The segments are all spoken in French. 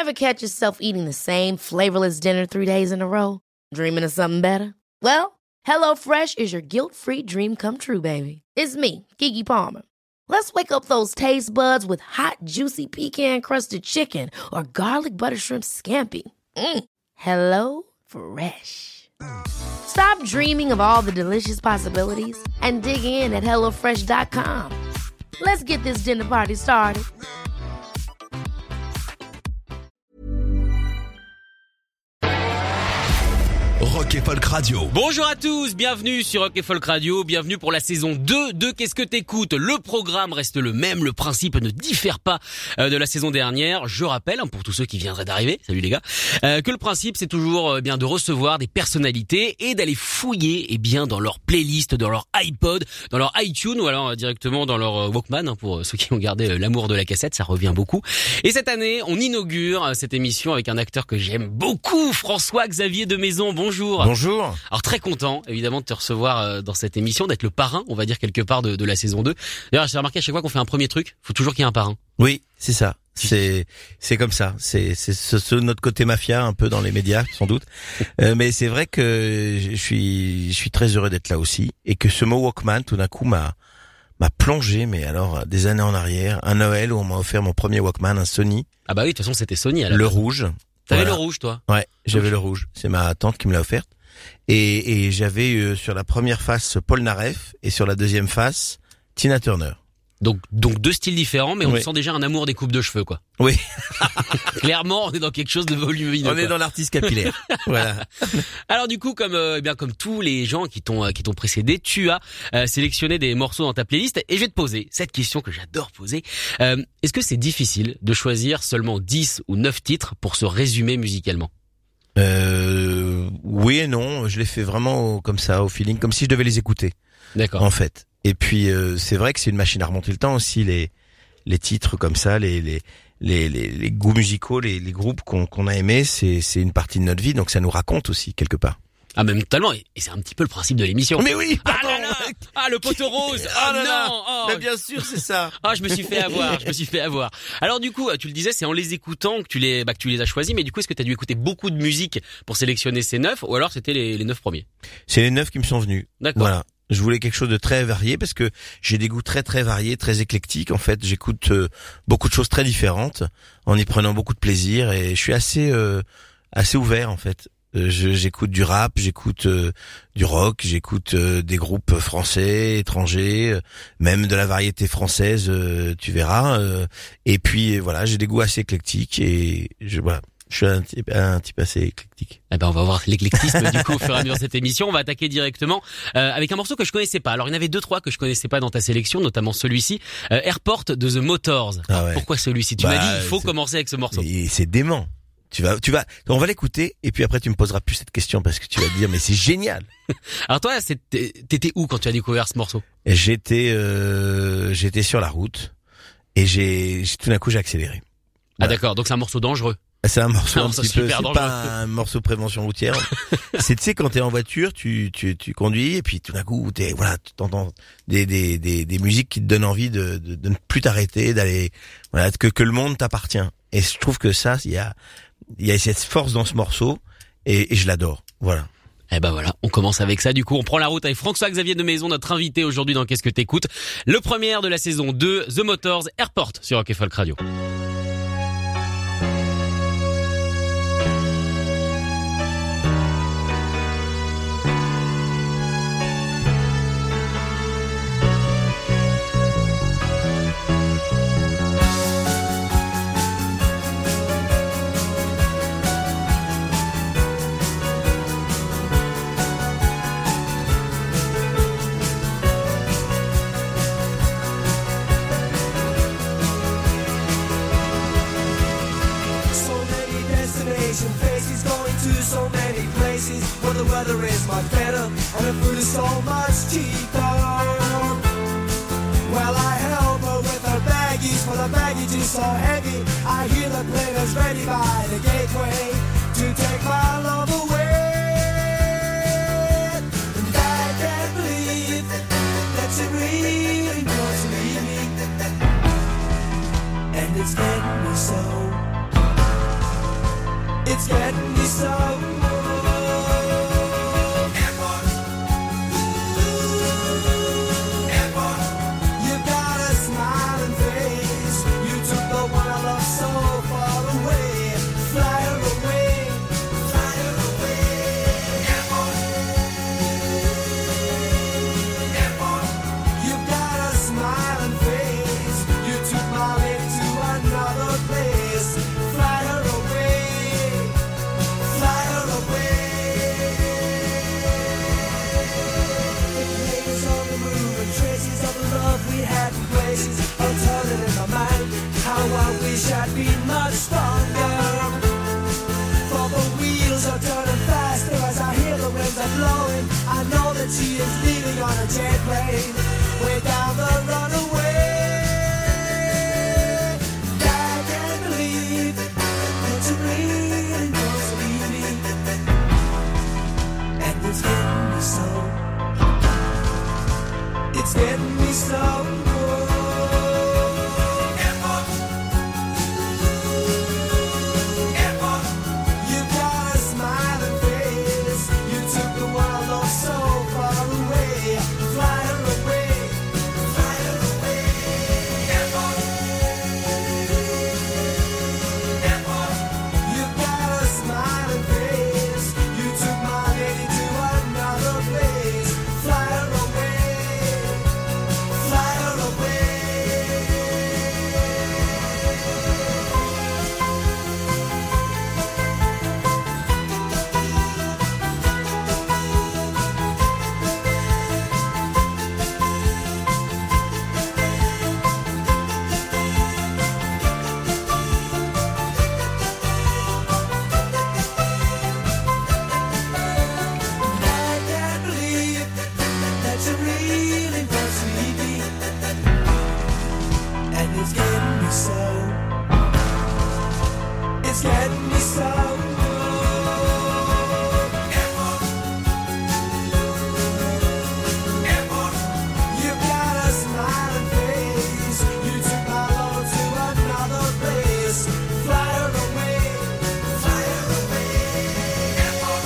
Ever catch yourself eating the same flavorless dinner 3 days in a row? Dreaming of something better? Well, HelloFresh is your guilt-free dream come true, baby. It's me, Keke Palmer. Let's wake up those taste buds with hot, juicy pecan-crusted chicken or garlic butter shrimp scampi. Hello Fresh. Stop dreaming of all the delicious possibilities and dig in at HelloFresh.com. Let's get this dinner party started. Rock et Folk Radio. Bonjour à tous, bienvenue sur Rock et Folk Radio, bienvenue pour la saison 2 de Qu'est-ce que t'écoutes. Le programme reste le même, le principe ne diffère pas de la saison dernière. Je rappelle, pour tous ceux qui viendraient d'arriver, salut les gars, que le principe c'est toujours bien de recevoir des personnalités et d'aller fouiller dans leur playlist, dans leur iPod, dans leur iTunes ou alors directement dans leur Walkman, pour ceux qui ont gardé l'amour de la cassette, ça revient beaucoup. Et cette année, on inaugure cette émission avec un acteur que j'aime beaucoup, François-Xavier de Maison. Bonjour. Bonjour. Alors très content évidemment de te recevoir dans cette émission, d'être le parrain, on va dire quelque part de la saison 2. D'ailleurs, j'ai remarqué à chaque fois qu'on fait un premier truc, faut toujours qu'il y ait un parrain. Oui, c'est ça. C'est comme ça. C'est notre côté mafia un peu dans les médias sans doute. Mais c'est vrai que je suis très heureux d'être là aussi et que ce mot Walkman tout d'un coup m'a plongé, mais alors des années en arrière, un Noël où on m'a offert mon premier Walkman, un Sony. Ah bah oui, de toute façon c'était Sony. Le rouge. T'avais Voilà. le rouge, toi? Ouais, j'avais le rouge. C'est ma tante qui me l'a offerte. Et j'avais sur la première face Paul Naref et sur la deuxième face Tina Turner. Donc deux styles différents, mais on Oui. sent déjà un amour des coupes de cheveux, quoi. Oui. Clairement, on est dans quelque chose de volumineux. On est dans l'artiste capillaire. Voilà. Alors du coup, comme tous les gens qui t'ont précédé, tu as sélectionné des morceaux dans ta playlist et je vais te poser cette question que j'adore poser. Est-ce que c'est difficile de choisir seulement 10 ou 9 titres pour se résumer musicalement? Oui et non, je l'ai fait vraiment comme ça, au feeling, comme si je devais les écouter. D'accord. En fait. Et puis c'est vrai que c'est une machine à remonter le temps aussi, les titres comme ça, les goûts musicaux, les groupes qu'on a aimés, c'est une partie de notre vie, donc ça nous raconte aussi quelque part. Ah, même totalement, et c'est un petit peu le principe de l'émission. Mais oui, Ah pardon. là là, ah le poteau rose, Ah là là. non, oh. Mais bien sûr, c'est ça. Ah, je me suis fait avoir. Alors du coup, tu le disais, c'est en les écoutant que tu les as choisis, mais du coup, est-ce que tu as dû écouter beaucoup de musique pour sélectionner ces 9 ou alors c'était les 9 premiers? C'est les 9 qui me sont venus. D'accord. Voilà. Je voulais quelque chose de très varié parce que j'ai des goûts très très variés, très éclectiques. En fait, j'écoute beaucoup de choses très différentes en y prenant beaucoup de plaisir et je suis assez ouvert en fait. J'écoute du rap, j'écoute du rock, j'écoute des groupes français, étrangers, même de la variété française, tu verras. Et puis voilà, j'ai des goûts assez éclectiques et je suis un type assez éclectique. Eh ben, on va voir l'éclectisme du coup au fur et à mesure de cette émission. On va attaquer directement avec un morceau que je connaissais pas. Alors il y en avait 2-3 que je connaissais pas dans ta sélection, notamment celui-ci, Airport de The Motors. Ah ouais. Pourquoi celui-ci? Tu m'as dit il faut commencer avec ce morceau. Et c'est dément. On va l'écouter et puis après tu me poseras plus cette question parce que tu vas te dire mais c'est génial. Alors toi, t'étais où quand tu as découvert ce morceau? Et j'étais sur la route et tout d'un coup j'ai accéléré. Ah d'accord, donc c'est un morceau dangereux. C'est un morceau Un un morceau petit peu, super c'est dangereux. pas un morceau de prévention routière. C'est, tu sais, quand t'es en voiture, tu conduis et puis tout d'un coup, tu t'entends des musiques qui te donnent envie de ne plus t'arrêter, d'aller, voilà, que le monde t'appartient. Et je trouve que ça, il y a cette force dans ce morceau et je l'adore. Voilà. Eh ben voilà, on commence avec ça. Du coup, on prend la route avec François-Xavier de Maison, notre invité aujourd'hui dans Qu'est-ce que t'écoutes. Le premier de la saison 2, The Motors, Airport sur Rock et Folk Radio. So many places where the weather is much better and the food is so much cheaper. Well, I help her with her baggies, for the baggage is so heavy. I hear the players ready by the gateway to take my love away. And I can't believe that she really wants to leave me, and it's getting me so. It's getting me so. Airport. Airport. You've got a smiling face. You took the one I love so far away. Fly her away. Fly her away. Airport. Airport. You've got a smiling face. You took my lady to another place. Fly her away. Fly her away. The places on the moon and traces of the love we had in places. I'm turning in my mind. How I wish I'd been much stronger. For the wheels are turning faster as I hear the winds are blowing. I know that she is leaving on a jet plane. Way down the runaway. I can't believe that you're bleeding close to me. And it's getting me so. It's getting me so. Airport. Airport. You've got a smiling face. You took the world all so far away. Fly her away. Fly her away. Airport. Airport. You've got a smiling face. You took my lady to another place. Fly her away. Fly her away. I can't believe that you're really pursuing me. And it's getting me so. It's getting me so. Airport. Airport. You've got a smiling face. You took my love to another place. Fly her away. Fly her away. Airport.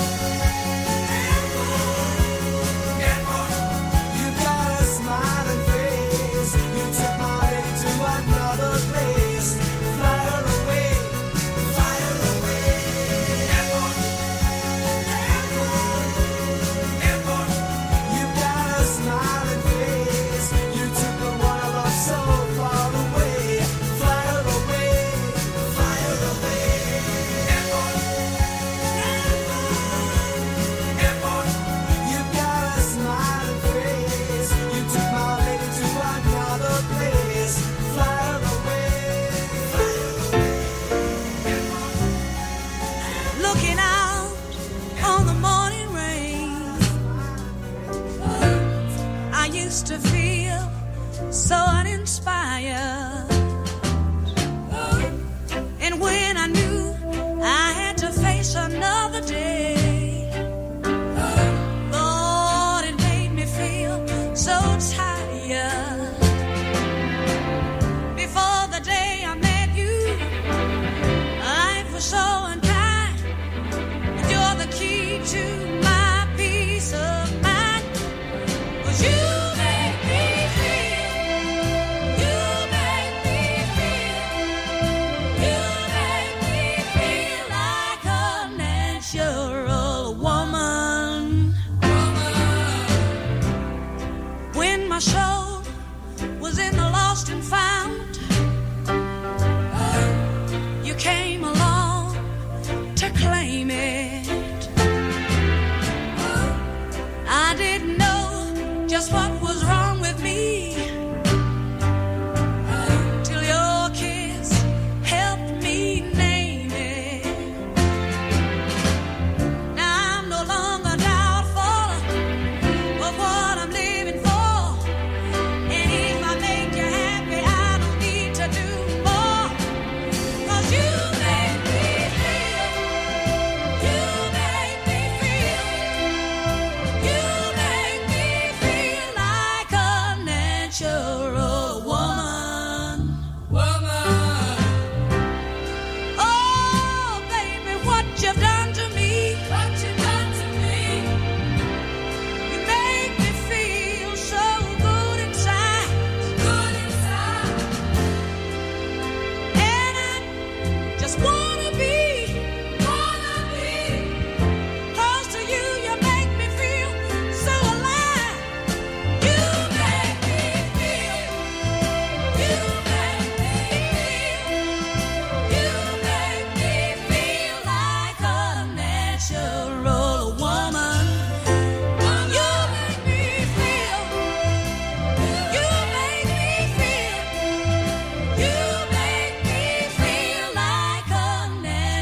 Airport. You've got a smiling face. You took my lady to another place. Fly her away. Fly her away. Airport. Airport. You've got a smiling face. You took the one I love so far away. Fly her away. Fly her away. Airport. Airport. You've got a smiling face. You took my lady to another place. Fly her away. Fly her away. Looking out on the morning rain, I used to feel so uninspired. And when I knew I had to face another day, Lord, it made me feel so tired. Before the day I met you, life was so unkind. You're the key to my peace of mind. 'Cause you make me feel, you make me feel, you make me feel like a natural woman. When my soul was in the lost and found, you came along to claim it. I didn't know just what was wrong with me till your kiss helped me name it. Now I'm no longer doubtful of what I'm living for. And if I make you happy, I don't need to do more. 'Cause you make me feel, you make me feel, you make me feel like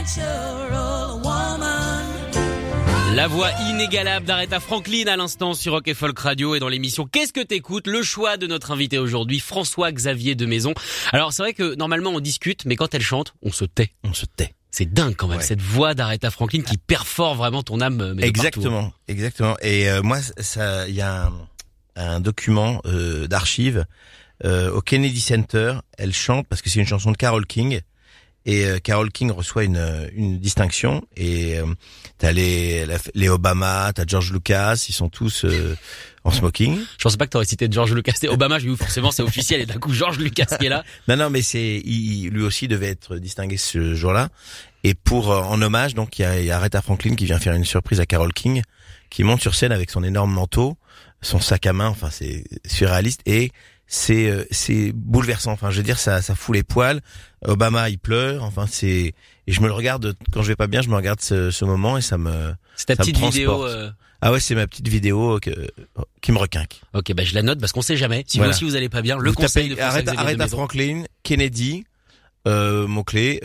natural woman. La voix inégalable d'Aretha Franklin à l'instant sur Rock et Folk Radio et dans l'émission Qu'est-ce que t'écoutes? Le choix de notre invité aujourd'hui, François-Xavier de Maison. Alors c'est vrai que normalement on discute, mais quand elle chante, on se tait. On se tait. C'est dingue quand même, Ouais. cette voix d'Aretha Franklin qui perfore vraiment ton âme. Mais de partout. Exactement. Et moi, ça, il y a un document d'archives au Kennedy Center. Elle chante parce que c'est une chanson de Carole King. Et Carole King reçoit une distinction. Et t'as les Obama, t'as George Lucas, ils sont tous en smoking. Je pensais pas que t'aurais cité George Lucas. C'était Obama, j'ai vu forcément c'est officiel et d'un coup George Lucas qui est là. Non, mais lui aussi devait être distingué ce jour-là. Et pour en hommage, donc il y a Aretha Franklin qui vient faire une surprise à Carole King, qui monte sur scène avec son énorme manteau, son sac à main. Enfin, c'est surréaliste et c'est bouleversant. Enfin, je veux dire, ça fout les poils. Obama, il pleure. Enfin, et je me le regarde quand je vais pas bien. Je me regarde ce moment et ça me. C'est ta ça me petite vidéo. transporte. Ah ouais, c'est ma petite vidéo qui me requinque. Ok, bah je la note parce qu'on sait jamais. Si Voilà. vous aussi vous allez pas bien, le Vous conseil de tapez François-Xavier de Aretha Maison. Franklin, Kennedy, mot-clé,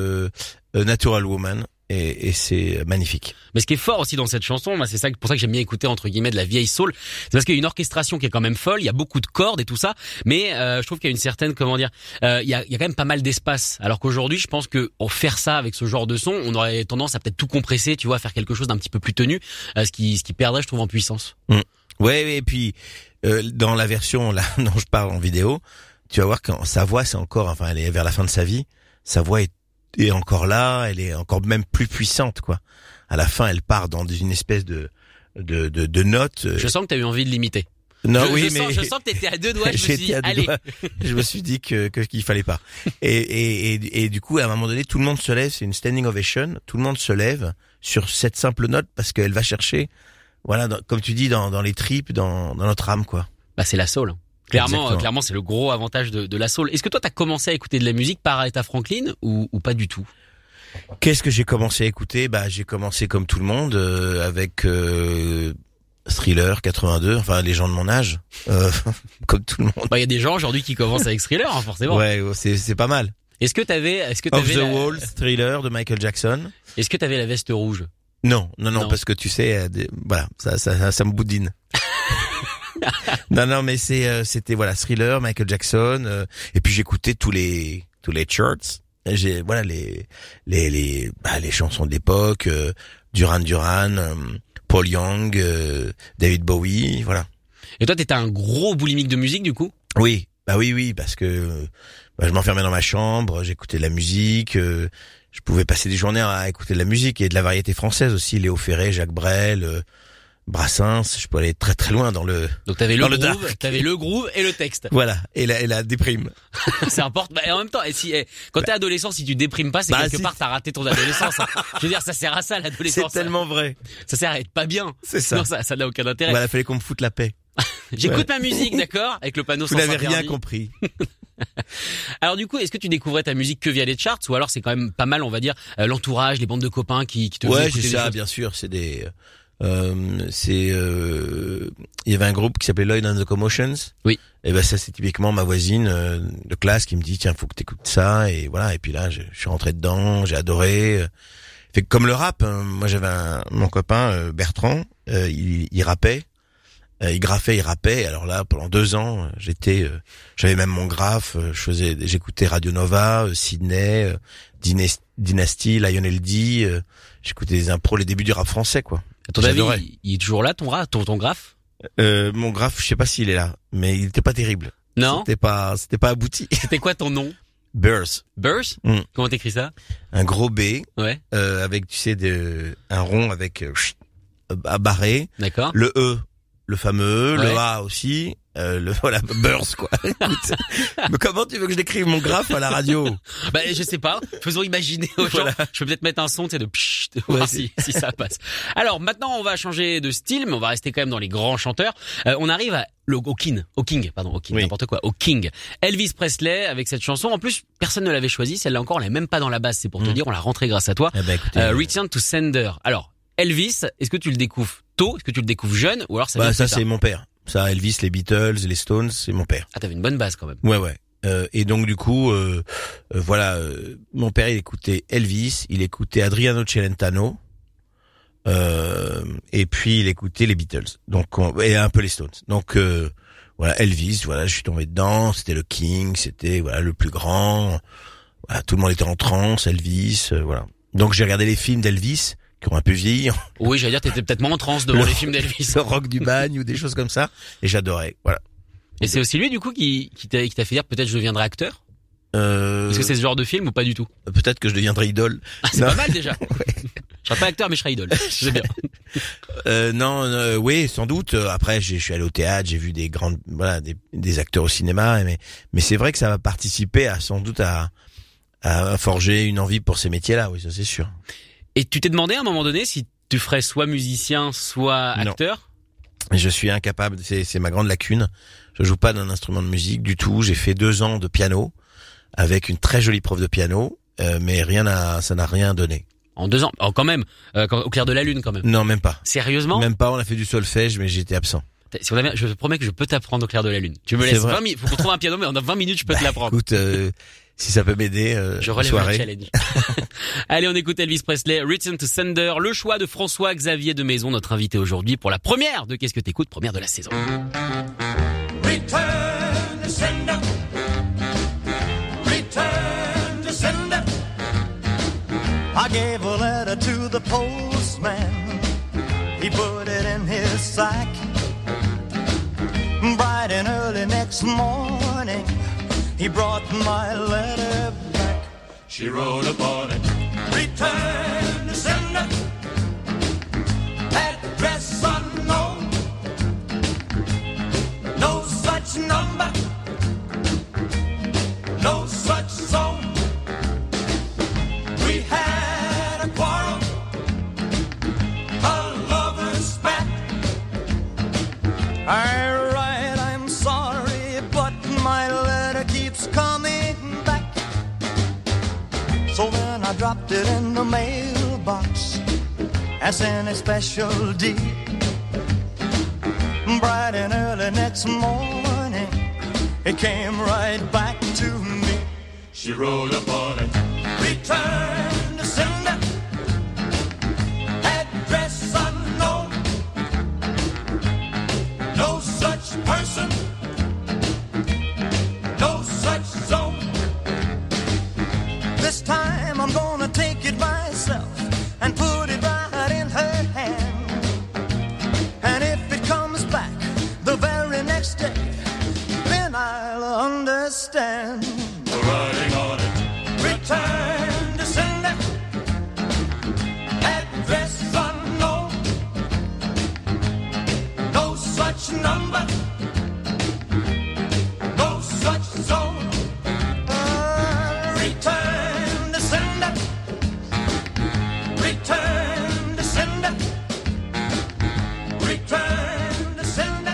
Natural Woman, et c'est magnifique. Mais ce qui est fort aussi dans cette chanson, moi c'est ça pour ça que j'aime bien écouter entre guillemets de la vieille soul, c'est parce qu'il y a une orchestration qui est quand même folle, il y a beaucoup de cordes et tout ça, mais je trouve qu'il y a une certaine il y a quand même pas mal d'espace. Alors qu'aujourd'hui, je pense que au faire ça avec ce genre de son, on aurait tendance à peut-être tout compresser, tu vois, à faire quelque chose d'un petit peu plus tenu, ce qui perdrait, je trouve, en puissance. Ouais, et puis dans la version là dont je parle en vidéo, tu vas voir quand sa voix c'est encore, enfin elle est vers la fin de sa vie, sa voix est encore là, elle est encore même plus puissante quoi. À la fin, elle part dans une espèce de note. Je sens que t'as eu envie de l'imiter. Non, je mais sens que t'étais à deux doigts. Je me suis dit, j'étais à deux allez. doigts. Je me suis dit qu'il fallait pas. Et du coup, à un moment donné, tout le monde se lève. C'est une standing ovation. Tout le monde se lève sur cette simple note parce qu'elle va chercher, voilà, comme tu dis, dans les tripes, dans notre âme, quoi. Bah c'est la soul. Exactement. Clairement, c'est le gros avantage de la soul. Est-ce que toi, t'as commencé à écouter de la musique par Aretha Franklin ou pas du tout? Qu'est-ce que j'ai commencé à écouter? Bah, j'ai commencé comme tout le monde avec Thriller 82. Enfin, les gens de mon âge, comme tout le monde. Bah, il y a des gens aujourd'hui qui commencent avec Thriller, hein, forcément. Ouais, c'est pas mal. Est-ce que t'avais Off the Wall, Thriller de Michael Jackson. Est-ce que t'avais la veste rouge? Non, Non. parce que tu sais, voilà, ça me boudine. non, mais c'était voilà, Thriller, Michael Jackson, et puis j'écoutais tous les charts. J'ai voilà les chansons de l'époque, Duran Duran, Paul Young, David Bowie, voilà. Et toi, t'étais un gros boulimique de musique, du coup? Oui, oui, parce que je m'enfermais dans ma chambre, j'écoutais de la musique, je pouvais passer des journées à écouter de la musique et de la variété française aussi, Léo Ferré, Jacques Brel, Brassens, je peux aller très très loin dans le. Donc t'avais Dans le le groove, dark. t'avais le groove et le texte. Voilà, et la déprime. C'est important. Bah, et en même temps, quand t'es adolescent, si tu déprimes pas, c'est quelque si. part t'as raté ton adolescence. Hein. Je veux dire, ça sert à ça l'adolescence. C'est tellement vrai. Ça sert à être pas bien. C'est ça. Non, ça n'a aucun intérêt. Voilà, fallait qu'on me foute la paix. J'écoute ma musique, d'accord, avec le panneau Vous sans n'avez rien interdit. compris. Alors du coup, est-ce que tu découvrais ta musique que via les charts ou alors c'est quand même pas mal, on va dire, l'entourage, les bandes de copains qui te faisaient Ouais, écouter c'est des ça, choses? bien sûr. C'est des. Il y avait un groupe qui s'appelait Lloyd and the Commotions. Oui. Et ben ça, c'est typiquement ma voisine de classe qui me dit tiens, faut que t'écoutes ça. Et voilà. Et puis là, je suis rentré dedans, j'ai adoré. Fait que comme le rap, moi j'avais mon copain Bertrand, il rappait. Il graffait, il rappait. Alors là, pendant 2 ans, j'avais même mon graphe. J'écoutais Radio Nova, Sydney, Dynasty, Lionel D. J'écoutais les impros, les débuts du rap français, quoi. À ton avis, J'adorais. il est toujours là, ton graphe? Mon graphe, je sais pas s'il est là, mais il était pas terrible. Non? C'était pas abouti. C'était quoi ton nom? Burst, Burst? Comment t'écris ça? un gros B, Ouais, avec tu sais un rond avec à barré, d'accord. le E, le fameux, Ouais. le A aussi, voilà, Burst quoi. Écoute, mais comment tu veux que je décrive mon graphe à la radio? Bah, je sais pas. Faisons imaginer aux gens. Voilà. Je peux peut-être mettre un son, tu sais, de pshht, voir si ça passe. Alors, maintenant, on va changer de style, mais on va rester quand même dans les grands chanteurs. On arrive au King, Oui. n'importe quoi, au King. Elvis Presley, avec cette chanson. En plus, personne ne l'avait choisie. Celle-là encore, on l'a même pas dans la base. C'est pour te dire, on l'a rentrée grâce à toi. Eh ben, écoutez, Return to Sender. Alors, Elvis, est-ce que tu le découvres tôt? Est-ce que tu le découvres jeune? Ou alors ça vient bah plus ça tard? c'est mon père. Ça, Elvis, les Beatles, les Stones, c'est mon père. Ah, t'avais une bonne base quand même. Ouais. Et donc du coup, voilà, mon père il écoutait Elvis, il écoutait Adriano Celentano, et puis il écoutait les Beatles, donc et un peu les Stones. Donc voilà, Elvis, voilà, je suis tombé dedans. C'était le King, c'était voilà le plus grand. Voilà, tout le monde était en transe, Elvis, voilà. Donc j'ai regardé les films d'Elvis qui ont un peu vieilli. Oui, j'allais dire, t'étais peut-être moins en transe devant les films d'Elvis. Le rock du bagne ou des choses comme ça, et j'adorais. Voilà. Et c'est aussi lui, du coup, qui t'a fait dire peut-être je deviendrai acteur? Est-ce que c'est ce genre de film ou pas du tout? Peut-être que je deviendrai idole. Ah, c'est pas mal déjà. Je serai pas acteur, mais je serai idole. C'est bien. Oui, sans doute. Après, je suis allé au théâtre, j'ai vu des grandes, voilà, des acteurs au cinéma, mais c'est vrai que ça va participer sans doute à forger une envie pour ces métiers-là. Oui, ça c'est sûr. Et tu t'es demandé à un moment donné si tu ferais soit musicien, soit acteur? Non. Je suis incapable. C'est ma grande lacune. Je joue pas d'un instrument de musique du tout. J'ai fait 2 ans de piano avec une très jolie prof de piano, mais ça n'a rien donné. En 2 ans, quand même, au clair de la lune quand même. Non, même pas. Sérieusement? Même pas. On a fait du solfège, mais j'étais absent. Si je te promets que je peux t'apprendre au clair de la lune. Tu me laisses 20 minutes. Faut qu'on trouve un piano, mais en 20 minutes, je peux te l'apprendre. Écoute, si ça peut m'aider, je relève le challenge. Allez, on écoute Elvis Presley, Return to Sender, le choix de François-Xavier de Maison, notre invité aujourd'hui pour la première de Qu'est-ce que t'écoutes, première de la saison. Return to sender. Return to sender. I gave a letter to the postman. He put it in his sack. Bright and early next morning, he brought my letter back. She wrote upon it, return to sender. Address unknown. No such number. No such zone. We had a quarrel. A lover's spat. I'm sorry, but my letter keeps coming back. So then I dropped it in the mailbox as in a special deed. Bright and early next morning, it came right back to me. She wrote upon it, return to sender. Address unknown. No such person. No such zone. This time I'm gonna take it myself and put it right in her hand. And if it comes back the very next day, then I'll understand. Writing on it, return to sender. Address unknown. No such number. No such zone. Return to sender. Return to sender. Return to sender.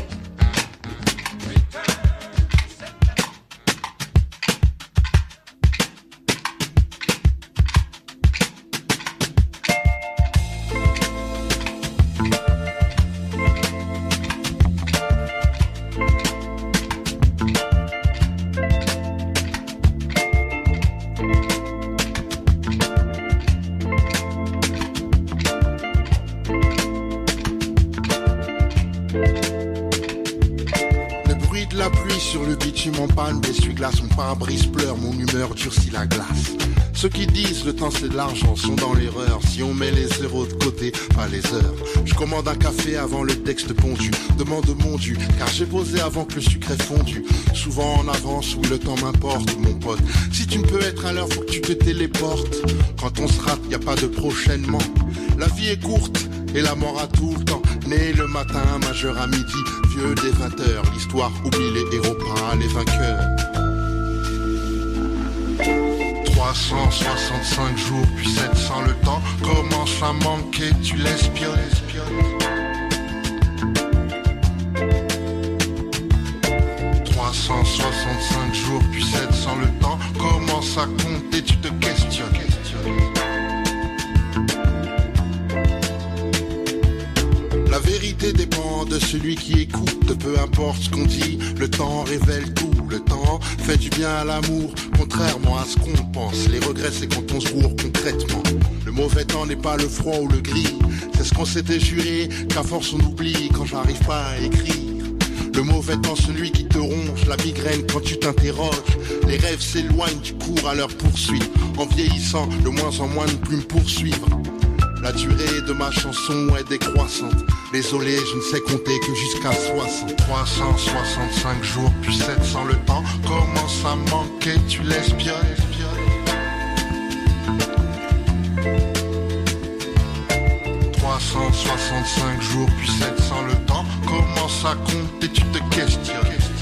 La pluie sur le bitume en panne, l'essuie-glace, mon pare-brise pleure, mon humeur durcit la glace. Ceux qui disent le temps c'est de l'argent sont dans l'erreur. Si on met les zéros de côté, pas les heures. Je commande un café avant le texte pondu. Demande mon dû, car j'ai posé avant que le sucre ait fondu. Souvent en avance, oui le temps m'importe, mon pote. Si tu ne peux être à l'heure, faut que tu te téléportes. Quand on se rate, y a pas de prochainement. La vie est courte et la mort a tout le temps. Né le matin, majeur à midi, vieux des 20h. L'histoire oublie les héros, pas les vainqueurs. 365 jours, puis 700 le temps commence à manquer, tu l'espionnes. 365 jours, puis 700 le temps commence à compter, tu te questionnes. La vérité l'équité dépend de celui qui écoute. Peu importe ce qu'on dit, le temps révèle tout. Le temps fait du bien à l'amour, contrairement à ce qu'on pense. Les regrets, c'est quand on se gourre concrètement. Le mauvais temps n'est pas le froid ou le gris. C'est ce qu'on s'était juré, qu'à force on oublie quand j'arrive pas à écrire. Le mauvais temps, celui qui te ronge, la migraine quand tu t'interroges. Les rêves s'éloignent, tu cours à leur poursuite. En vieillissant, de moins en moins ne plus me poursuivre. La durée de ma chanson est décroissante. Désolé, je ne sais compter que jusqu'à 60. 365 jours, puis 700 le temps. Commence à manquer, tu l'espionnes. 365 jours, puis 700 le temps. Commence à compter, tu te questionnes.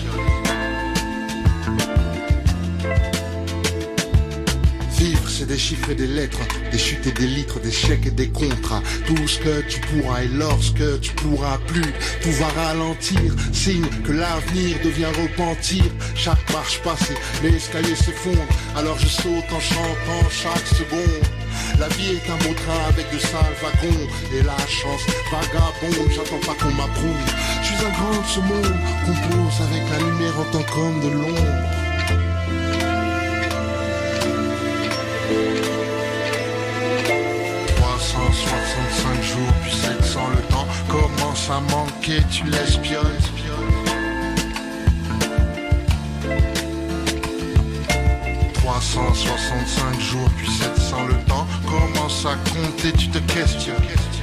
Vivre, c'est des chiffres et des lettres, des chutes et des litres, des chèques et des contrats. Tout ce que tu pourras et lorsque tu pourras plus, tout va ralentir. Signe que l'avenir devient repentir. Chaque marche passée, l'escalier s'effondre. Alors je saute en chantant chaque seconde. La vie est un beau train avec de sales wagons. Et la chance vagabonde, j'attends pas qu'on m'approuve. Je suis un grand de ce monde, compose avec la lumière en tant qu'homme de l'ombre. Jours, puis 700 le temps commence à manquer, tu l'espionnes. 365 jours, puis 700 le temps commence à compter, tu te questionnes.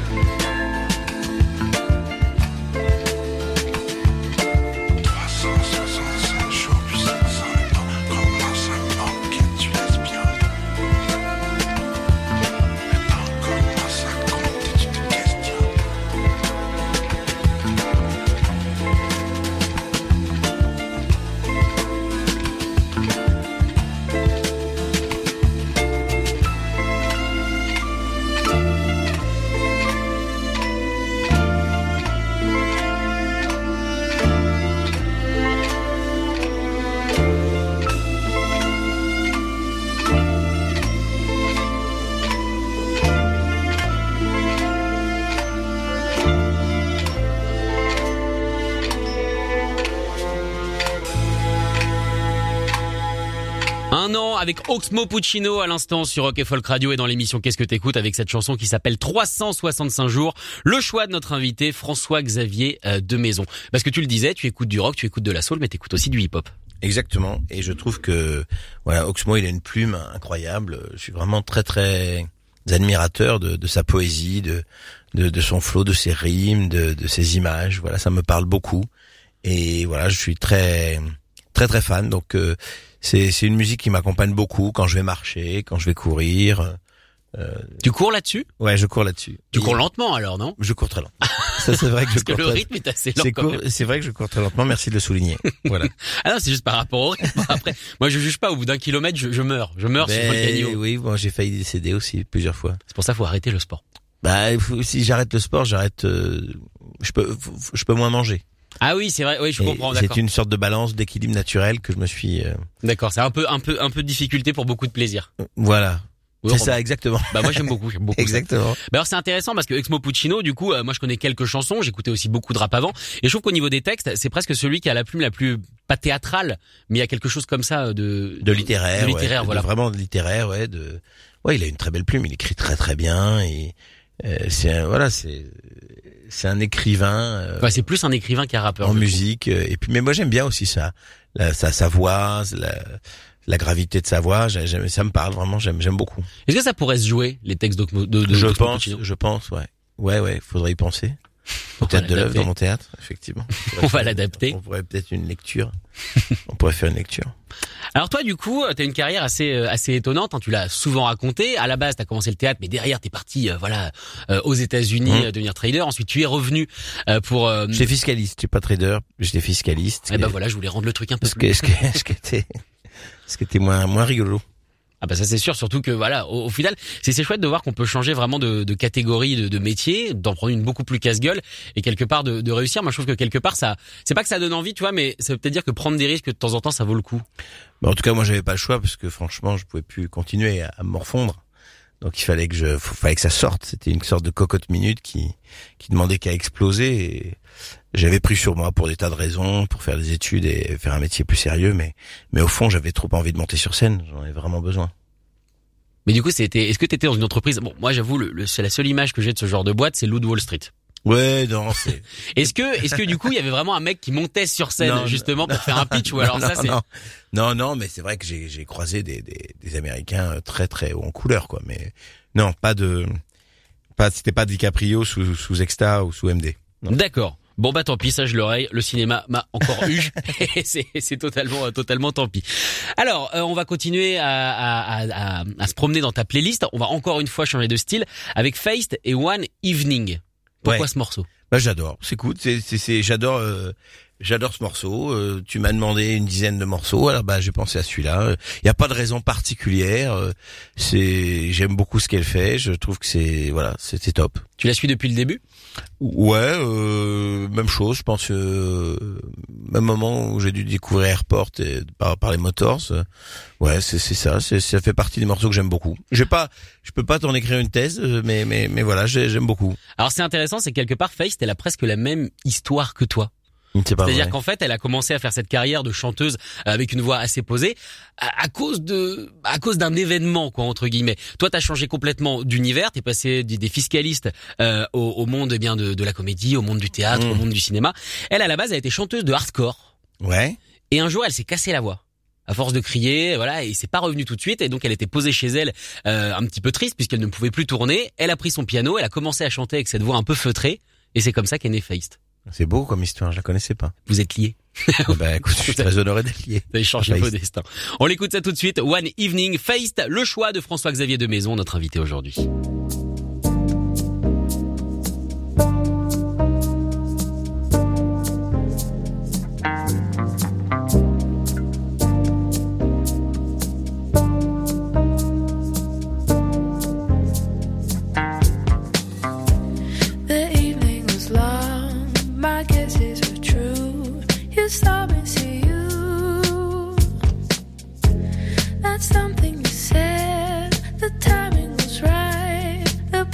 365 jours, puis 700 le temps commence à manquer, tu l'espionnes. Un an avec Oxmo Puccino à l'instant sur Rock & Folk Radio et dans l'émission Qu'est-ce que t'écoutes avec cette chanson qui s'appelle 365 jours. Le choix de notre invité François-Xavier de Maison. Parce que tu le disais, tu écoutes du rock, tu écoutes de la soul, mais tu écoutes aussi du hip-hop. Exactement. Et je trouve que voilà, Oxmo, il a une plume incroyable. Je suis vraiment très très admirateur de sa poésie, de son flow, de ses rimes, de ses images. Voilà, ça me parle beaucoup. Et voilà, je suis très très très fan. Donc c'est une musique qui m'accompagne beaucoup quand je vais marcher, quand je vais courir. Tu cours là-dessus? Ouais, je cours là-dessus. Tu cours lentement alors, non? Je cours très lentement. Ça, c'est vrai que je cours cours le rythme est assez lent quand même. C'est vrai que je cours très lentement, merci de le souligner. Voilà. Ah non, c'est juste par rapport au rythme. Après, moi je juge pas, au bout d'un kilomètre, je meurs. Je meurs sur le canyon. Oui, bon, j'ai failli décéder aussi plusieurs fois. C'est pour ça qu'il faut arrêter le sport. Bah, si j'arrête le sport, je peux moins manger. Ah oui, c'est vrai, oui, je comprends, d'accord. C'est une sorte de balance, d'équilibre naturel que je me suis... D'accord, c'est un peu de difficulté pour beaucoup de plaisir. Voilà. Oui, c'est ça, exactement. Bah moi j'aime beaucoup exactement. Ça. Bah alors c'est intéressant parce que Oxmo Puccino, du coup, moi je connais quelques chansons, j'écoutais aussi beaucoup de rap avant, et je trouve qu'au niveau des textes, c'est presque celui qui a la plume la plus pas théâtrale, mais il y a quelque chose comme ça de littéraire, ouais, voilà. Vraiment de littéraire, ouais. Ouais, il a une très belle plume, il écrit très très bien, et c'est un écrivain. Ouais, c'est plus un écrivain qu'un rappeur. En musique, et puis mais moi j'aime bien aussi ça, sa voix, la gravité de sa voix, ça me parle vraiment, j'aime beaucoup. Est-ce que ça pourrait se jouer, les textes Je pense, ouais. Ouais, faudrait y penser. Peut-être de l'œuvre dans mon théâtre, effectivement. On va l'adapter. On pourrait peut-être une lecture. On pourrait faire une lecture. Alors toi, du coup, t'as une carrière assez étonnante, hein, tu l'as souvent raconté. À la base, t'as commencé le théâtre, mais derrière, t'es parti, aux États-Unis, devenir trader. Ensuite, tu es revenu pour. J'étais fiscaliste, je suis pas trader, j'étais fiscaliste. Et ben voilà, je voulais rendre le truc un peu plus. Ce qui était moins rigolo. Ah bah ça c'est sûr, surtout que voilà, au final, c'est chouette de voir qu'on peut changer vraiment de catégorie de métier, d'en prendre une beaucoup plus casse-gueule et quelque part de réussir. Moi je trouve que quelque part ça, c'est pas que ça donne envie, tu vois, mais ça veut peut-être dire que prendre des risques de temps en temps ça vaut le coup. Bah en tout cas moi j'avais pas le choix parce que franchement je pouvais plus continuer à me morfondre. Donc il fallait que ça sorte. C'était une sorte de cocotte minute qui demandait qu'à exploser. Et j'avais pris sur moi pour des tas de raisons, pour faire des études et faire un métier plus sérieux, mais au fond j'avais trop envie de monter sur scène. J'en avais vraiment besoin. Mais du coup, est-ce que t'étais dans une entreprise? Bon, moi, j'avoue, c'est la seule image que j'ai de ce genre de boîte, c'est Loup de Wall Street. Ouais, non, c'est. Est-ce que du coup, il y avait vraiment un mec qui montait sur scène justement pour faire un pitch ou alors c'est Non, mais c'est vrai que j'ai croisé des Américains très très haut en couleur, quoi. Mais non, c'était pas DiCaprio sous Exta ou sous MD. Non. D'accord. Bon bah tant pis, ça je l'aurai. Le cinéma m'a encore eu. Et c'est totalement tant pis. Alors on va continuer à se promener dans ta playlist. On va encore une fois changer de style avec Feist et One Evening. Pourquoi ce morceau? Bah j'adore. J'adore ce morceau. Tu m'as demandé une dizaine de morceaux, alors bah j'ai pensé à celui-là. Il y a pas de raison particulière. J'aime beaucoup ce qu'elle fait. Je trouve que c'est top. Tu la suis depuis le début? Ouais, même chose. Je pense même moment où j'ai dû découvrir Airport par les Motors. Ouais, c'est ça. Ça fait partie des morceaux que j'aime beaucoup. Je peux pas t'en écrire une thèse, mais voilà, j'aime beaucoup. Alors c'est intéressant, c'est quelque part Feist, elle a presque la même histoire que toi. C'est-à-dire qu'en fait, elle a commencé à faire cette carrière de chanteuse avec une voix assez posée à cause d'un événement, quoi, entre guillemets. Toi, t'as changé complètement d'univers, t'es passé des fiscalistes au monde bien de la comédie, au monde du théâtre, au monde du cinéma. Elle, à la base, elle était chanteuse de hardcore. Ouais. Et un jour, elle s'est cassé la voix. À force de crier, voilà, et c'est pas revenu tout de suite, et donc elle était posée chez elle, un petit peu triste puisqu'elle ne pouvait plus tourner. Elle a pris son piano, elle a commencé à chanter avec cette voix un peu feutrée, et c'est comme ça qu'est né Feist. C'est beau comme histoire, je la connaissais pas. Vous êtes liés. Bah écoute, je suis très honoré d'être lié. Vous avez changé vos destins. On l'écoute ça tout de suite. One Evening, Feist, le choix de François-Xavier de Maison, notre invité aujourd'hui. Stop and see you. That's something you said. The timing was right. The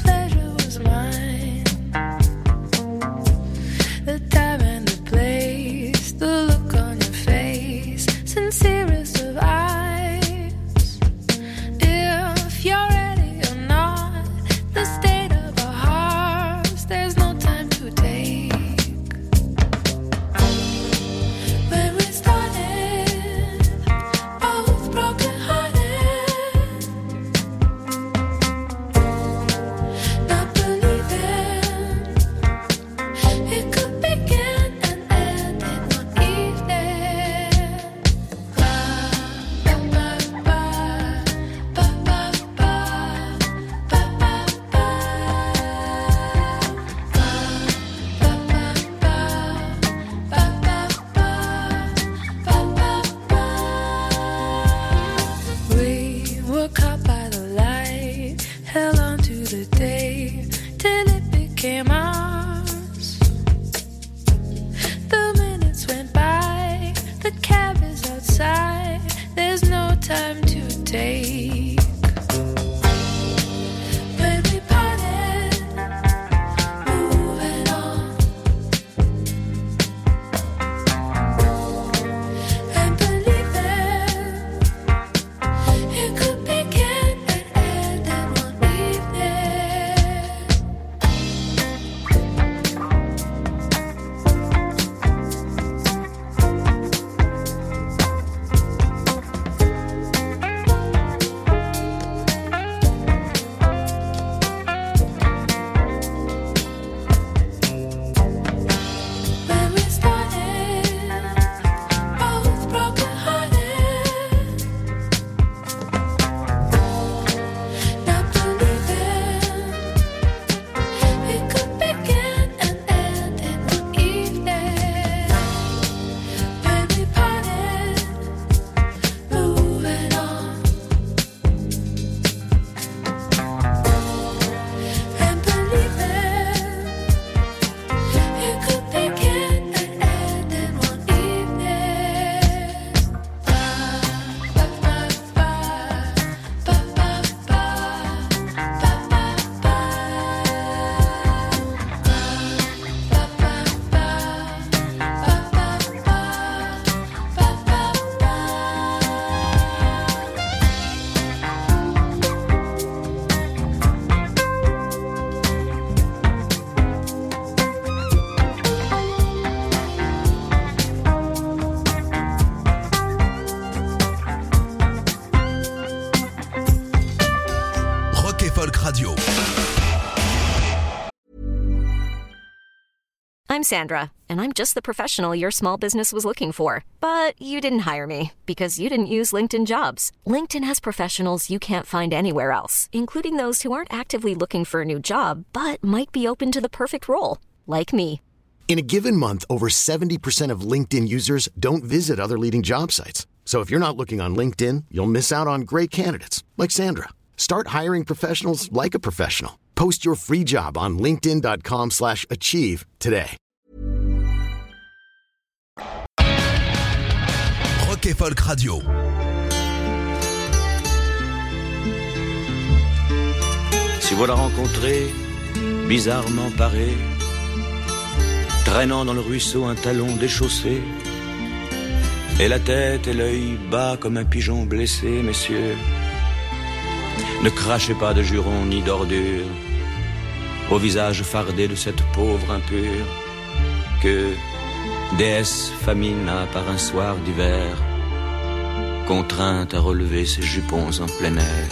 I'm Sandra, and I'm just the professional your small business was looking for. But you didn't hire me because you didn't use LinkedIn Jobs. LinkedIn has professionals you can't find anywhere else, including those who aren't actively looking for a new job, but might be open to the perfect role, like me. In a given month, over 70% of LinkedIn users don't visit other leading job sites. So if you're not looking on LinkedIn, you'll miss out on great candidates like Sandra. Start hiring professionals like a professional. Post your free job on linkedin.com/achieve today. Rock et Folk Radio. Si vous la rencontrez, bizarrement parée, traînant dans le ruisseau un talon déchaussé, et la tête et l'œil bas comme un pigeon blessé, messieurs, ne crachez pas de jurons ni d'ordures au visage fardé de cette pauvre impure que déesse famine a par un soir d'hiver contrainte à relever ses jupons en plein air.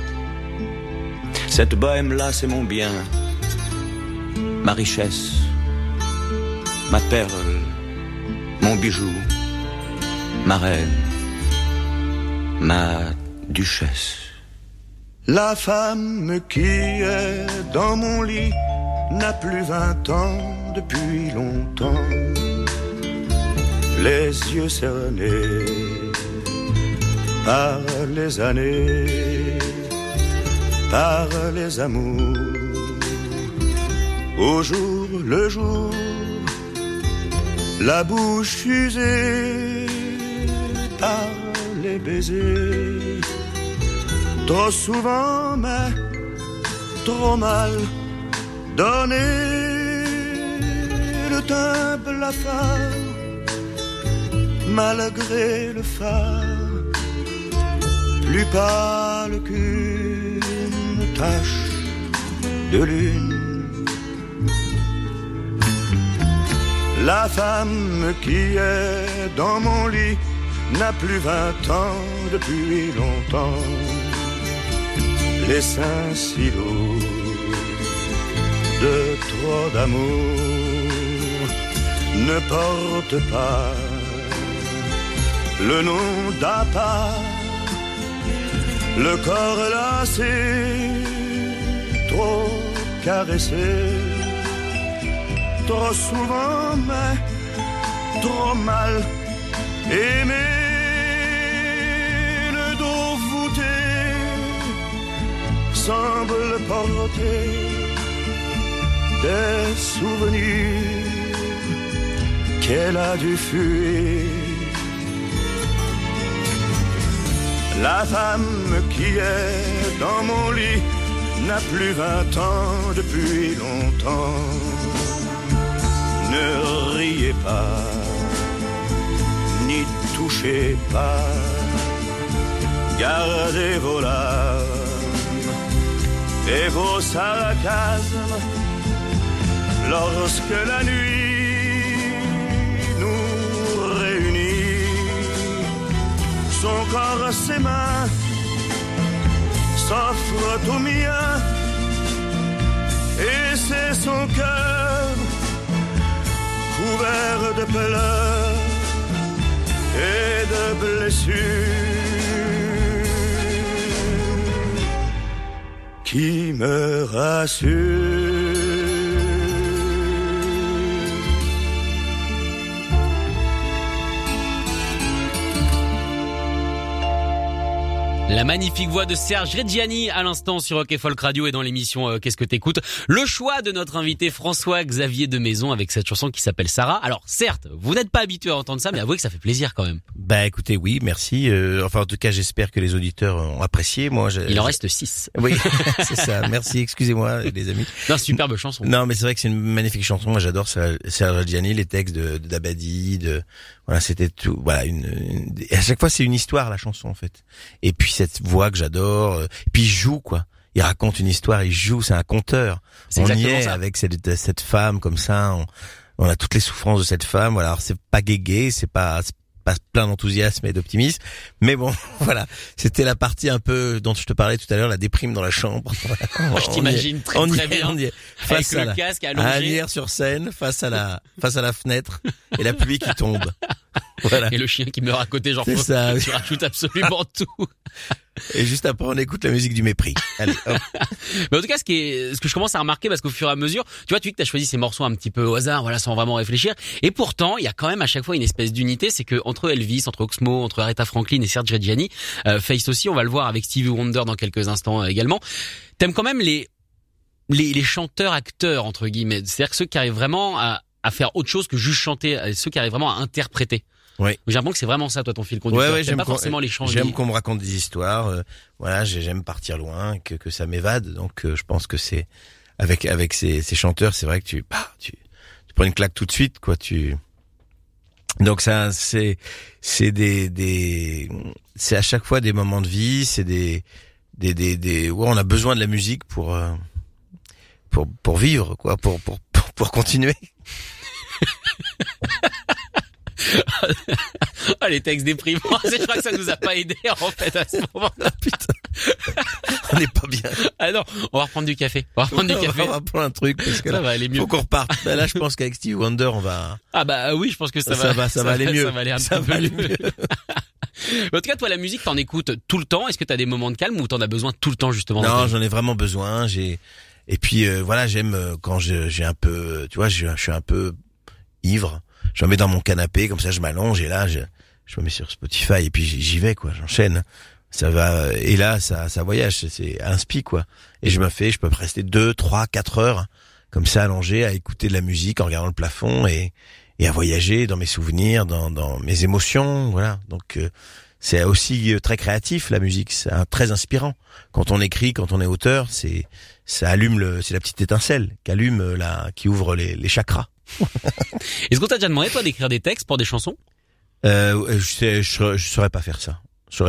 Cette bohème-là, c'est mon bien, ma richesse, ma perle, mon bijou, ma reine, ma duchesse. La femme qui est dans mon lit n'a plus 20 ans depuis longtemps. Les yeux cernés par les années, par les amours. Au jour le jour, la bouche usée par les baisers. Trop souvent, mais trop mal donné, le teint blafard, malgré le phare, plus pâle qu'une tache de lune. La femme qui est dans mon lit n'a plus 20 ans depuis longtemps. Les seins si lourds de trop d'amour ne portent pas le nom d'appât. Le corps lassé, trop caressé, trop souvent mais trop mal aimé. Le dos voûté semble porter des souvenirs qu'elle a dû fuir. La femme qui est dans mon lit n'a plus 20 ans depuis longtemps. Ne riez pas, n'y touchez pas, gardez vos larmes et vos sarcasmes lorsque la nuit nous réunit. Son corps, ses mains s'offrent au mien et c'est son cœur couvert de pleurs et de blessures qui me rassure. La magnifique voix de Serge Reggiani à l'instant sur Rock et Folk Radio et dans l'émission Qu'est-ce que t'écoutes. Le choix de notre invité François-Xavier de Maison avec cette chanson qui s'appelle Sarah. Alors certes, vous n'êtes pas habitué à entendre ça, mais avouez que ça fait plaisir quand même. Bah écoutez, oui, merci. Enfin en tout cas, j'espère que les auditeurs ont apprécié. Moi, il en reste 6. Oui, c'est ça. Merci, excusez-moi les amis. Non, superbe chanson. Non, mais c'est vrai que c'est une magnifique chanson. Moi, j'adore Serge Reggiani, les textes de Dabadi, voilà, c'était tout. Voilà, et à chaque fois, c'est une histoire la chanson en fait. Et puis cette voix que j'adore. Puis il joue quoi. Il raconte une histoire, il joue. C'est un conteur. On y est ça. Avec cette femme comme ça. On a toutes les souffrances de cette femme. Voilà, alors c'est pas guégué, c'est pas pas plein d'enthousiasme et d'optimisme. Mais bon, voilà. C'était la partie un peu dont je te parlais tout à l'heure, la déprime dans la chambre. Je t'imagine très bien. Face avec à le casque allongé. à Agnières sur Seine, face à la fenêtre et la pluie qui tombe. Voilà. Et le chien qui meurt à côté, genre, C'est ça, oui. tu rajoutes absolument tout. Et juste après, on écoute la musique du mépris. Allez, hop. Mais en tout cas, ce que je commence à remarquer, parce qu'au fur et à mesure, tu vois, tu dis que t'as choisi ces morceaux un petit peu au hasard, voilà, sans vraiment réfléchir. Et pourtant, il y a quand même à chaque fois une espèce d'unité, c'est que entre Elvis, entre Oxmo, entre Aretha Franklin et Serge Reggiani, Face aussi, on va le voir avec Stevie Wonder dans quelques instants également. T'aimes quand même les chanteurs-acteurs, entre guillemets. C'est-à-dire que ceux qui arrivent vraiment à faire autre chose que juste chanter, ceux qui arrivent vraiment à interpréter. Oui. J'ai l'impression que c'est vraiment ça, toi, ton fil conducteur. Ouais, T'aimes pas forcément les chants. J'aime qu'on me raconte des histoires. Voilà, j'aime partir loin, que ça m'évade. Donc, je pense que c'est avec ces chanteurs, c'est vrai que tu prends une claque tout de suite, quoi. Donc ça, c'est à chaque fois des moments de vie, c'est ouais, on a besoin de la musique pour vivre, quoi, pour continuer. Ah, les textes déprimants, je crois que ça nous a pas aidé en fait à ce moment-là. Putain, on n'est pas bien. Ah non, on va reprendre du café. On va prendre un truc parce que ça là, va aller mieux. Faut qu'on reparte. Ben là, je pense qu'avec Stevie Wonder, on va. Ah bah oui, je pense que ça va aller mieux. Ça va aller un peu mieux. En tout cas, toi, la musique, t'en écoutes tout le temps. Est-ce que t'as des moments de calme ou t'en as besoin tout le temps justement? Non, j'en ai vraiment besoin. Et puis voilà, j'aime quand j'ai un peu, tu vois, je suis un peu ivre. Je me mets dans mon canapé, comme ça je m'allonge et là je me mets sur Spotify et puis j'y vais, quoi, j'enchaîne. Ça va, et là ça voyage, c'est inspi, quoi. Et je peux rester 2, 3, 4 heures comme ça allongé à écouter de la musique en regardant le plafond et à voyager dans mes souvenirs, dans mes émotions, voilà. Donc c'est aussi très créatif, la musique, c'est très inspirant. Quand on écrit, quand on est auteur, ça allume c'est la petite étincelle qui ouvre les chakras. Est-ce qu'on t'a déjà demandé, toi, d'écrire des textes pour des chansons? Je saurais pas faire ça.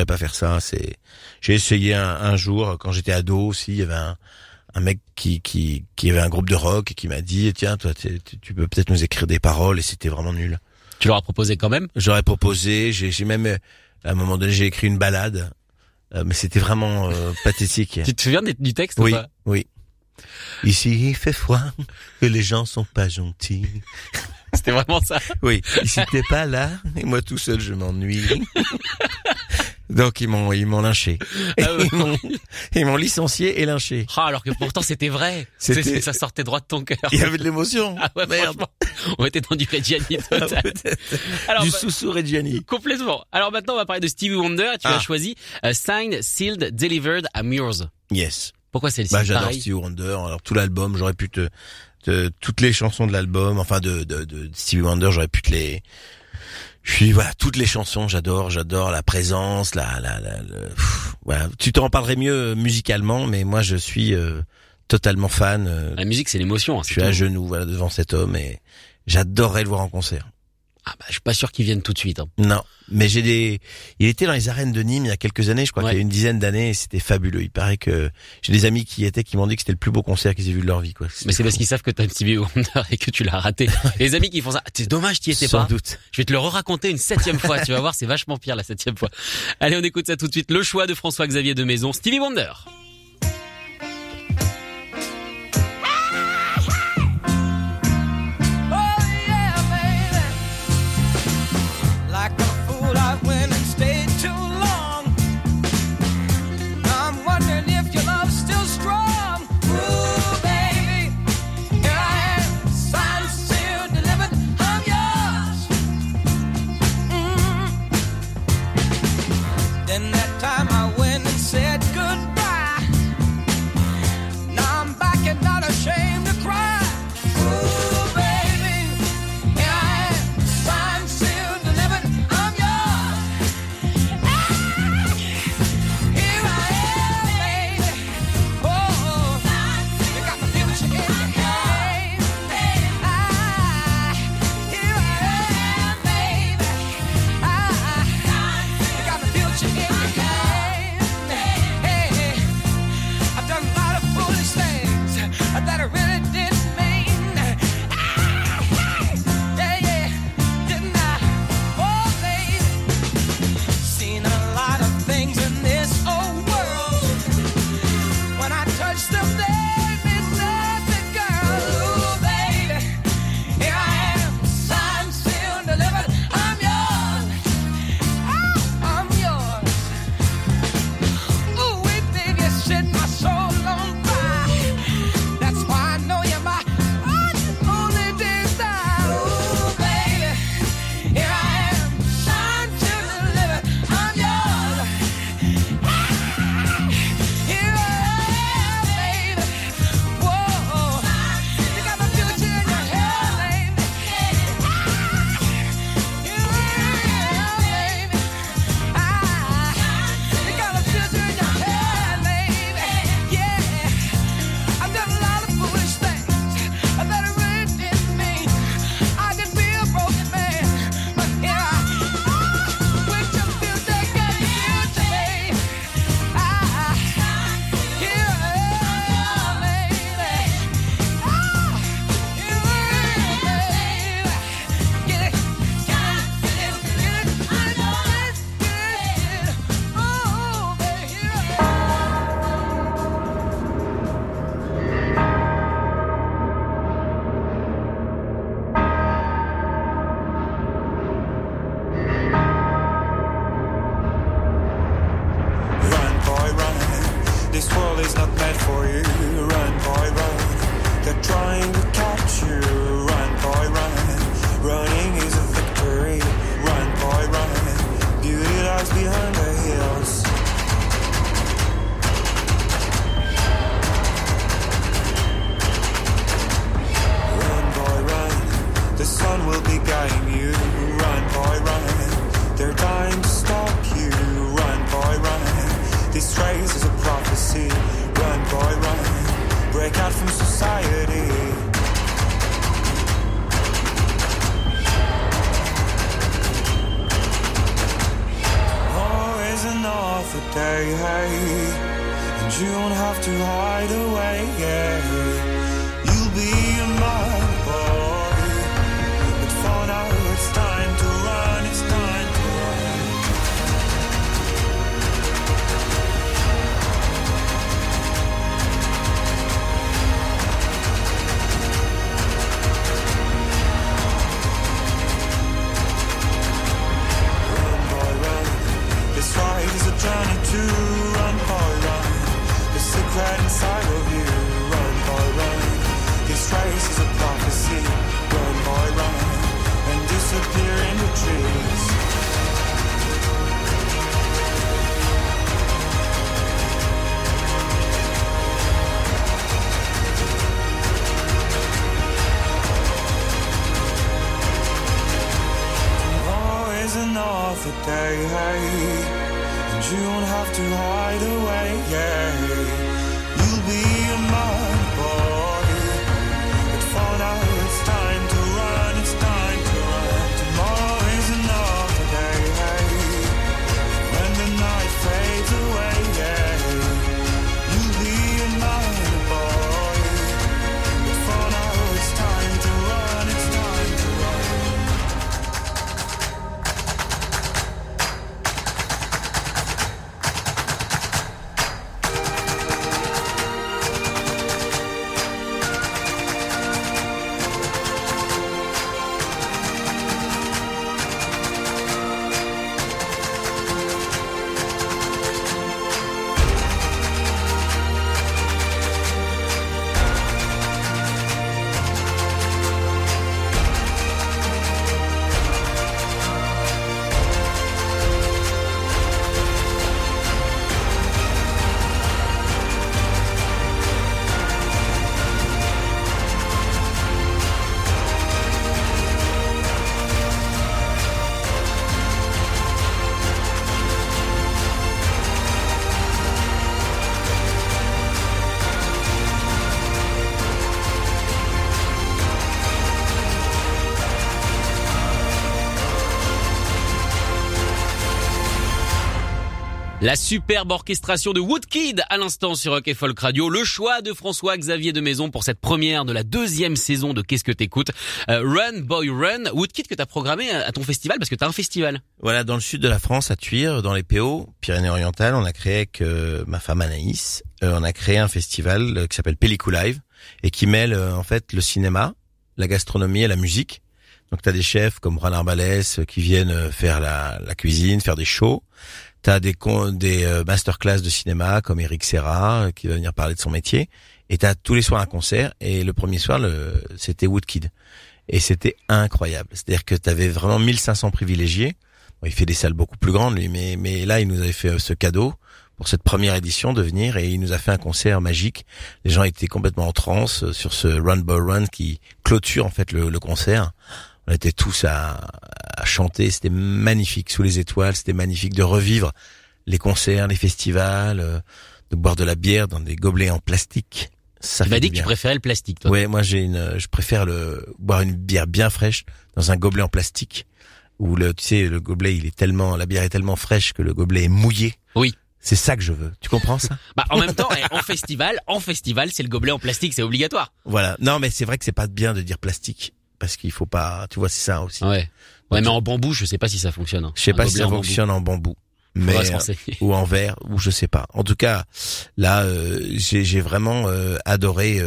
J'ai essayé un jour, quand j'étais ado aussi, il y avait un mec qui avait un groupe de rock et qui m'a dit, tiens, toi, tu peux peut-être nous écrire des paroles, et c'était vraiment nul. Tu leur as proposé quand même? J'aurais proposé, j'ai même, à un moment donné, j'ai écrit une ballade, mais c'était vraiment pathétique. Tu te souviens du texte? Oui, ou pas? oui. Ici il fait froid, que les gens sont pas gentils. C'était vraiment ça? Oui. Ici t'es pas là, et moi tout seul je m'ennuie. Donc ils m'ont lynché. Ah ouais. Ils m'ont licencié et lynché. Ah, alors que pourtant c'était vrai. Ça sortait droit de ton cœur. Il y avait de l'émotion. Ah ouais, merde. On était dans du Reggiani total. Alors, du sous Reggiani. Complètement. Alors maintenant on va parler de Stevie Wonder. Tu as choisi Signed, Sealed, Delivered, Amures. Yes. Pourquoi celle-ci? J'adore Stevie Wonder. Alors tout l'album, j'aurais pu toutes les chansons de l'album, enfin de Stevie Wonder, j'aurais pu voilà, toutes les chansons, j'adore la présence, voilà. Tu t'en parlerais mieux musicalement, mais moi je suis totalement fan. La musique, c'est l'émotion. Hein, je suis à genoux, voilà, devant cet homme et j'adorerais le voir en concert. Ah bah, je suis pas sûr qu'ils viennent tout de suite. Hein. Non, mais il était dans les arènes de Nîmes il y a quelques années, je crois qu'il y a une dizaine d'années, et c'était fabuleux. Il paraît que j'ai des amis qui m'ont dit que c'était le plus beau concert qu'ils aient vu de leur vie, quoi. Mais c'est parce qu'ils savent que t'as Stevie Wonder et que tu l'as raté. Les amis qui font ça, c'est dommage, t'y étais pas. Sans doute. Je vais te le raconter une 7e fois, tu vas voir, c'est vachement pire la 7e fois. Allez, on écoute ça tout de suite. Le choix de François-Xavier de Maison, Stevie Wonder. Then that time I went and said goodbye. to hide away, yeah. You'll be my boy. But for now it's time to run, it's time to run. Run, boy, run. This ride is a journey to run, boy, run. The secret inside of you, run, boy, run. This race is a prophecy, run, boy, run. And disappear in the trees. Tomorrow is another day, and you won't have to hide away, yeah. You'll be my boy, but for now it's time to run, it's time to run. Tomorrow is another day, when the night fades away, yeah. You'll be my boy, but for now it's time to run, it's time to run. La superbe orchestration de Woodkid à l'instant sur Rock et Folk Radio. Le choix de François-Xavier de Maison pour cette première de la 2e saison de Qu'est-ce que t'écoutes, Run Boy Run. Woodkid que t'as programmé à ton festival, parce que t'as un festival. Voilà, dans le sud de la France, à Thuir, dans les PO, Pyrénées-Orientales, on a créé avec ma femme Anaïs, on a créé un festival qui s'appelle Pellicou Live et qui mêle en fait le cinéma, la gastronomie et la musique. Donc t'as des chefs comme Juan Arbalès qui viennent faire la cuisine, faire des shows. T'as des masterclass de cinéma comme Eric Serra qui va venir parler de son métier. Et t'as tous les soirs un concert. Et le premier soir, c'était Woodkid. Et c'était incroyable. C'est-à-dire que t'avais vraiment 1500 privilégiés. Bon, il fait des salles beaucoup plus grandes, lui, mais là, il nous avait fait ce cadeau pour cette première édition de venir et il nous a fait un concert magique. Les gens étaient complètement en transe sur ce Run Boy Run qui clôture en fait le concert. On était tous à chanter, c'était magnifique, sous les étoiles, c'était magnifique de revivre les concerts, les festivals, de boire de la bière dans des gobelets en plastique. Ça tu m'as dit que tu préférais le plastique, toi. Ouais, moi je préfère boire une bière bien fraîche dans un gobelet en plastique où le gobelet la bière est tellement fraîche que le gobelet est mouillé. Oui. C'est ça que je veux. Tu comprends ça? En même temps, en festival, c'est le gobelet en plastique, c'est obligatoire. Voilà. Non, mais c'est vrai que c'est pas bien de dire plastique. Parce qu'il faut pas, tu vois, c'est ça aussi. Ouais. Ouais, mais en bambou, je sais pas si ça fonctionne. Je sais pas si ça fonctionne en bambou. Mais, ou en verre, ou je sais pas. En tout cas, là, j'ai vraiment, adoré,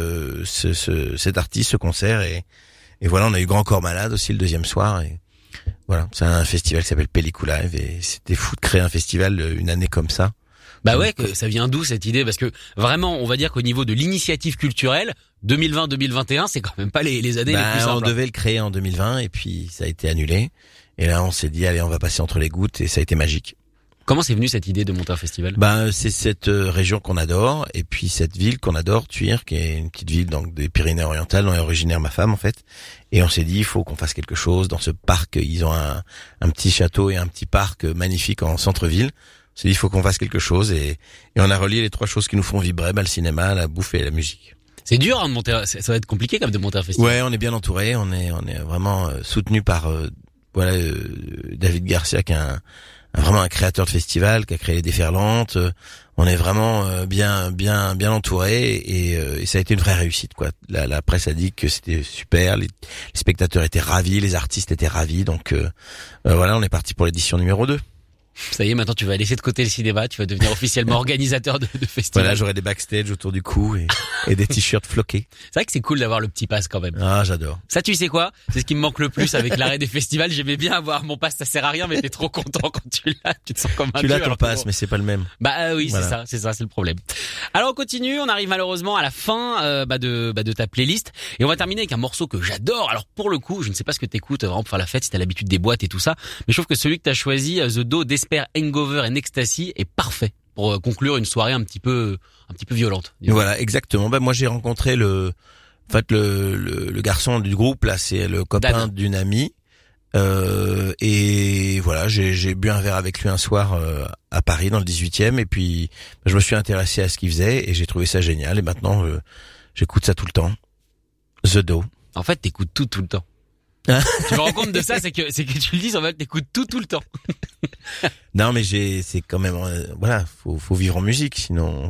cet artiste, ce concert et voilà, on a eu Grand Corps Malade aussi le deuxième soir et voilà. C'est un festival qui s'appelle Pellicou Live et c'était fou de créer un festival une année comme ça. Bah ouais, que ça vient d'où cette idée? Parce que vraiment, on va dire qu'au niveau de l'initiative culturelle, 2020-2021, c'est quand même pas les années les plus simples. On devait le créer en 2020 et puis ça a été annulé. Et là, on s'est dit, allez, on va passer entre les gouttes et ça a été magique. Comment c'est venu cette idée de monter un festival? C'est cette région qu'on adore et puis cette ville qu'on adore, Thuir, qui est une petite ville donc des Pyrénées-Orientales, dont est originaire ma femme en fait. Et on s'est dit, il faut qu'on fasse quelque chose dans ce parc. Ils ont un petit château et un petit parc magnifique en centre-ville. On s'est dit, il faut qu'on fasse quelque chose et on a relié les trois choses qui nous font vibrer, le cinéma, la bouffe et la musique. C'est dur de monter, ça va être compliqué quand même de monter un festival. Ouais, on est bien entouré, on est vraiment soutenu par David Garcia qui est vraiment un créateur de festival, qui a créé les Déferlantes. On est vraiment bien entouré et ça a été une vraie réussite, quoi. La presse a dit que c'était super, les spectateurs étaient ravis, les artistes étaient ravis, donc voilà, on est parti pour l'édition numéro 2. Ça y est, maintenant tu vas laisser de côté le cinéma, tu vas devenir officiellement organisateur de festival. Voilà, j'aurai des backstage autour du cou et des t-shirts floqués. C'est vrai que c'est cool d'avoir le petit pass quand même. Ah, j'adore. Ça, tu sais quoi? C'est ce qui me manque le plus avec l'arrêt des festivals. J'aimais bien avoir mon pass, ça sert à rien, mais t'es trop content quand tu l'as. Tu te sens comme un Tu dieu, l'as ton alors que pass, bon. mais c'est pas le même. Bah oui, Voilà. c'est ça, c'est le problème. Alors on continue, on arrive malheureusement à la fin de ta playlist et on va terminer avec un morceau que j'adore. Alors pour le coup, je ne sais pas ce que t'écoutes vraiment pour faire la fête, si t'as l'habitude des boîtes et tout ça, mais je trouve que celui que t'as choisi, The Do d'Esper Hangover and Ecstasy, est parfait pour conclure une soirée un petit peu violente. disons. Voilà, exactement. Bah moi j'ai rencontré le garçon du groupe là, c'est le copain Dan. d'une amie. Et voilà, j'ai bu un verre avec lui un soir à Paris dans le 18e et puis je me suis intéressé à ce qu'il faisait et j'ai trouvé ça génial et maintenant j'écoute ça tout le temps. The Do. En fait, t'écoutes tout le temps. Tu me rends compte de ça, c'est que tu le dis, en fait, t'écoutes tout le temps. Non mais c'est quand même voilà, faut vivre en musique sinon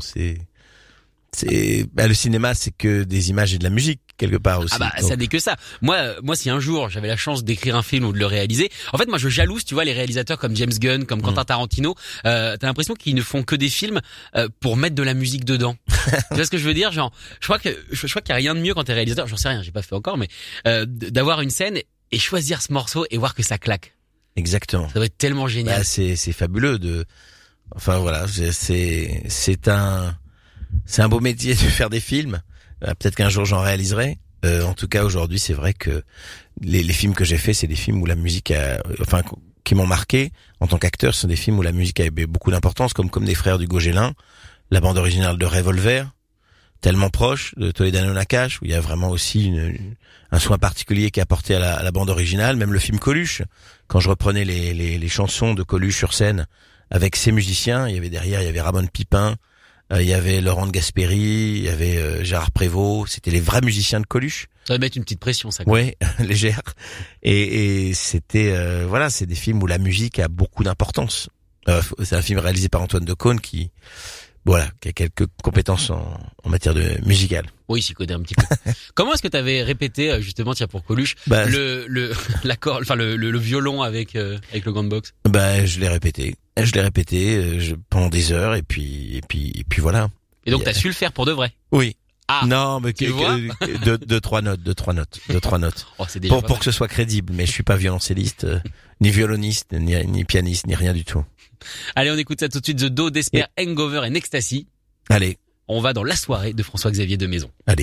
le cinéma c'est que des images et de la musique quelque part aussi. Ah bah Donc, ça n'est que ça. Moi si un jour j'avais la chance d'écrire un film ou de le réaliser, en fait moi je jalouse, tu vois, les réalisateurs comme James Gunn, comme Quentin Tarantino, t'as l'impression qu'ils ne font que des films pour mettre de la musique dedans. Tu vois ce que je veux dire, genre je crois qu'il y a rien de mieux quand t'es réalisateur, j'en sais rien, j'ai pas fait encore, mais d'avoir une scène et choisir ce morceau et voir que ça claque. exactement. Ça doit être tellement génial. Bah, c'est fabuleux enfin voilà, c'est un beau métier de faire des films. Peut-être qu'un jour j'en réaliserai. En tout cas aujourd'hui c'est vrai que les films que j'ai faits c'est des films où la musique qui m'ont marqué en tant qu'acteur. Ce sont des films où la musique avait beaucoup d'importance, comme des Frères du Gaugelin, la bande originale de Revolver, Tellement proche de Toledano Nakash, où il y a vraiment aussi un soin particulier qui est apporté à la bande originale. Même le film Coluche, quand je reprenais les chansons de Coluche sur scène avec ses musiciens, il y avait Ramon Pipin, il y avait Laurent de Gasperi, il y avait Gérard Prévost, c'était les vrais musiciens de Coluche. Ça va mettre une petite pression, ça. Ouais, légère. Et c'était voilà, c'est des films où la musique a beaucoup d'importance. C'est un film réalisé par Antoine Decaune qui a quelques compétences en matière de musicale. Oui, il s'y connaît un petit peu. Comment est-ce que t'avais répété justement, tiens, pour Coluche, l'accord, enfin le violon avec le gant de boxe? Bah je l'ai répété pendant des heures et puis voilà. Et donc t'as su le faire pour de vrai? Oui. Ah. Non, mais de trois notes. Oh, c'est déjà pour que ce soit crédible, mais je suis pas violoncelliste, ni violoniste, ni pianiste, ni rien du tout. Allez, on écoute ça tout de suite, The Do d'Esper Hangover and Ecstasy. Allez. On va dans la soirée de François-Xavier de Maison. Allez.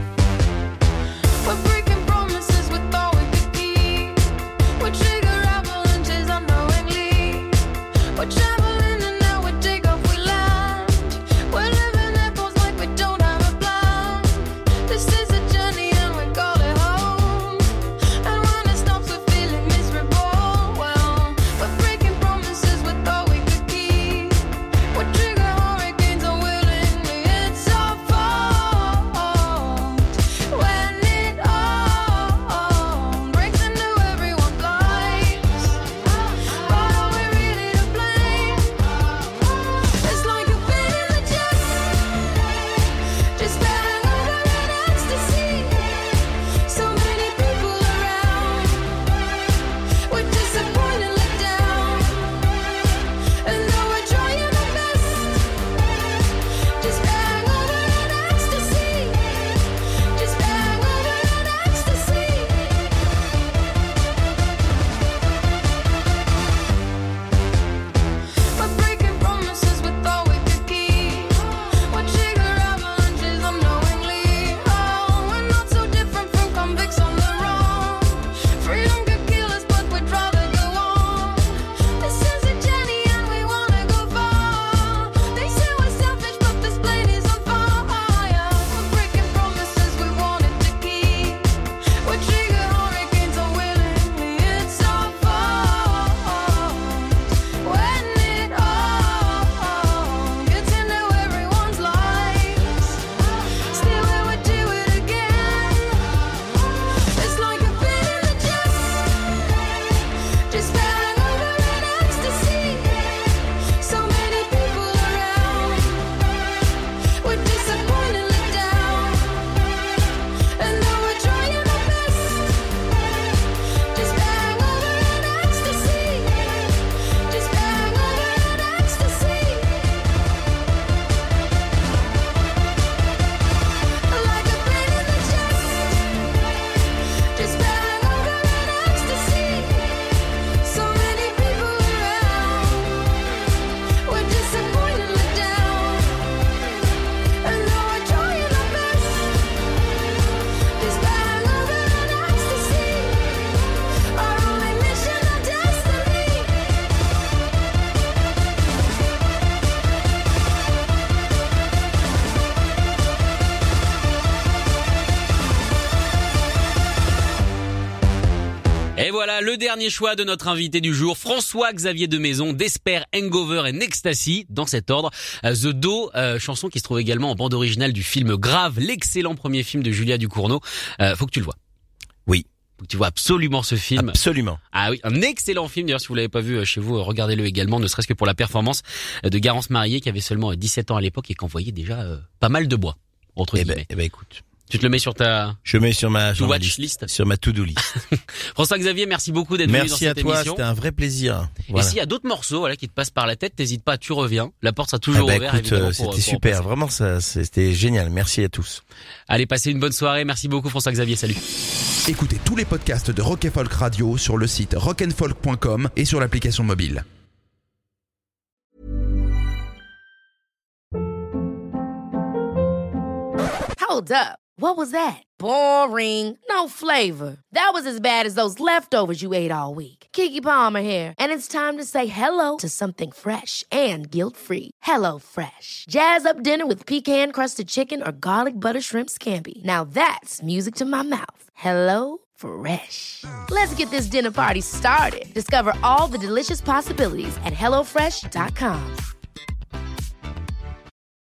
We're breaking promises with all we could keep. We trigger avalanches unknowingly. We're traveling and now we take off, we land. We're living airports like we don't have a plan. This is a journey and we call it home. And when it stops we're feeling miserable. Well, we're breaking promises with all we could keep. We trigger hurricanes unwillingly, it's our fault. Et voilà, le dernier choix de notre invité du jour, François-Xavier de Maison, Desper, Hangover et Ecstasy, dans cet ordre. The Do, chanson qui se trouve également en bande originale du film Grave, l'excellent premier film de Julia Ducournau. Faut que tu le vois. Oui. Faut que tu vois absolument ce film. Absolument. Ah oui, un excellent film. D'ailleurs, si vous l'avez pas vu chez vous, regardez-le également, ne serait-ce que pour la performance de Garance Marié, qui avait seulement 17 ans à l'époque et qui envoyait déjà pas mal de bois, entre guillemets. Eh ben, écoute. Tu te le mets sur ta... Je mets sur ma watch list. Sur ma to-do list. François-Xavier, merci beaucoup d'être venu dans cette émission. Merci à toi, c'était un vrai plaisir. Voilà. Et s'il y a d'autres morceaux, qui te passent par la tête, t'hésites pas, tu reviens. La porte sera toujours ouverte, évidemment. C'était super. Vraiment, c'était génial. Merci à tous. Allez, passez une bonne soirée. Merci beaucoup, François-Xavier. Salut. Écoutez tous les podcasts de Rock & Folk Radio sur le site rockandfolk.com et sur l'application mobile. Hold up. What was that? Boring. No flavor. That was as bad as those leftovers you ate all week. Keke Palmer here, and it's time to say hello to something fresh and guilt-free. Hello Fresh. Jazz up dinner with pecan-crusted chicken or garlic butter shrimp scampi. Now that's music to my mouth. Hello Fresh. Let's get this dinner party started. Discover all the delicious possibilities at hellofresh.com.